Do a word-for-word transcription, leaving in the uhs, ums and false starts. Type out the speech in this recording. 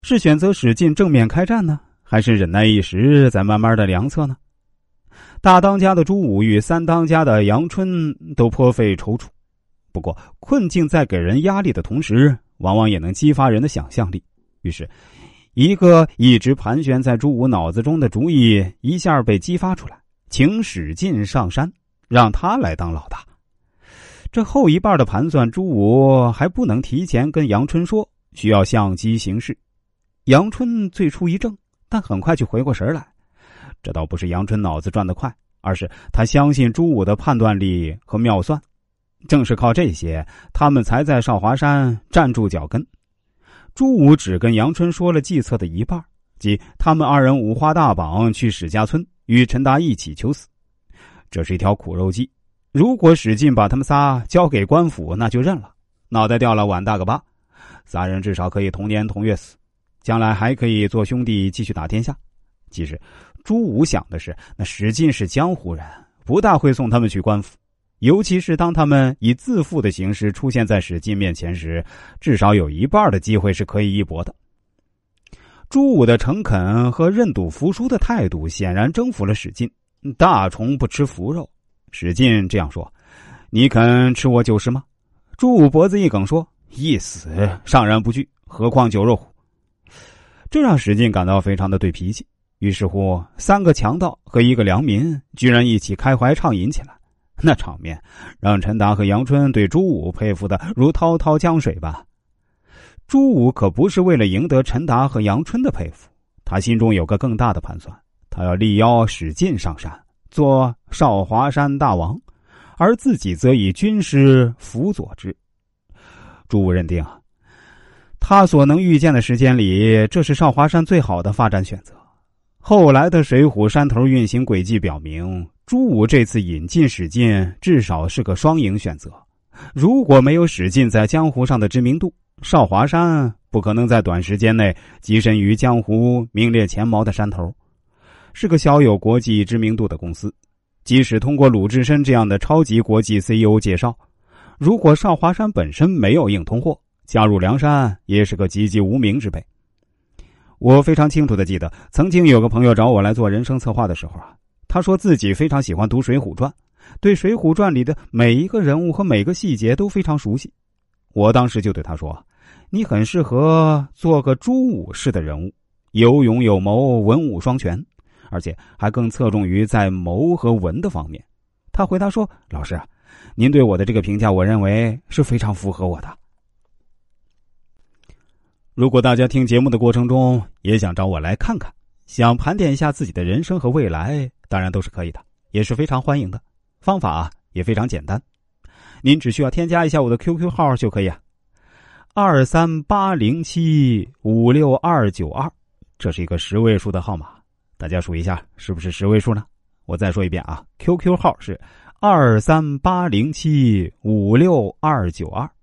是选择使劲正面开战呢，还是忍耐一时再慢慢的量测呢？大当家的朱武与三当家的杨春都颇费踌躇。不过困境在给人压力的同时，往往也能激发人的想象力。于是一个一直盘旋在朱武脑子中的主意一下被激发出来，请史进上山，让他来当老大。这后一半的盘算，朱武还不能提前跟杨春说，需要相机行事。杨春最初一怔，但很快就回过神来。这倒不是杨春脑子转得快，而是他相信朱武的判断力和妙算。正是靠这些，他们才在少华山站住脚跟。朱武只跟杨春说了计策的一半，即他们二人五花大绑去史家村，与陈达一起求死。这是一条苦肉计，如果史进把他们仨交给官府，那就认了，脑袋掉了碗大个疤，仨人至少可以同年同月死，将来还可以做兄弟继续打天下。其实朱武想的是，那史进是江湖人，不大会送他们去官府，尤其是当他们以自负的形式出现在史进面前时，至少有一半的机会是可以一搏的。朱武的诚恳和认赌服输的态度显然征服了史进。大虫不吃腐肉，史进这样说：你肯吃我酒食吗？朱武脖子一梗说：一死尚然不惧，何况酒肉乎？这让史进感到非常的对脾气。于是乎，三个强盗和一个良民居然一起开怀畅饮起来，那场面让陈达和杨春对朱武佩服的如滔滔江水般。朱武可不是为了赢得陈达和杨春的佩服，他心中有个更大的盘算，他要力邀史进上山做少华山大王，而自己则以军师辅佐之。朱武认定啊，他所能预见的时间里，这是少华山最好的发展选择。后来的水浒山头运行轨迹表明，朱武这次引进史进至少是个双赢选择。如果没有史进在江湖上的知名度，少华山不可能在短时间内跻身于江湖名列前茅的山头，是个小有国际知名度的公司。即使通过鲁智深这样的超级国际 C E O 介绍，如果少华山本身没有硬通货，加入梁山也是个籍籍无名之辈。我非常清楚地记得，曾经有个朋友找我来做人生策划的时候啊，他说自己非常喜欢读《水浒传》，对《水浒传》里的每一个人物和每个细节都非常熟悉。我当时就对他说，你很适合做个朱武式的人物，有勇有谋，文武双全，而且还更侧重于在谋和文的方面。他回答说，老师啊，您对我的这个评价，我认为是非常符合我的。如果大家听节目的过程中也想找我来看看，想盘点一下自己的人生和未来，当然都是可以的，也是非常欢迎的。方法也非常简单，您只需要添加一下我的 Q Q 号就可以啊，二三八零七五六二九二，这是一个十位数的号码，大家数一下是不是十位数呢？我再说一遍啊 ，Q Q 号是二三八零七五六二九二。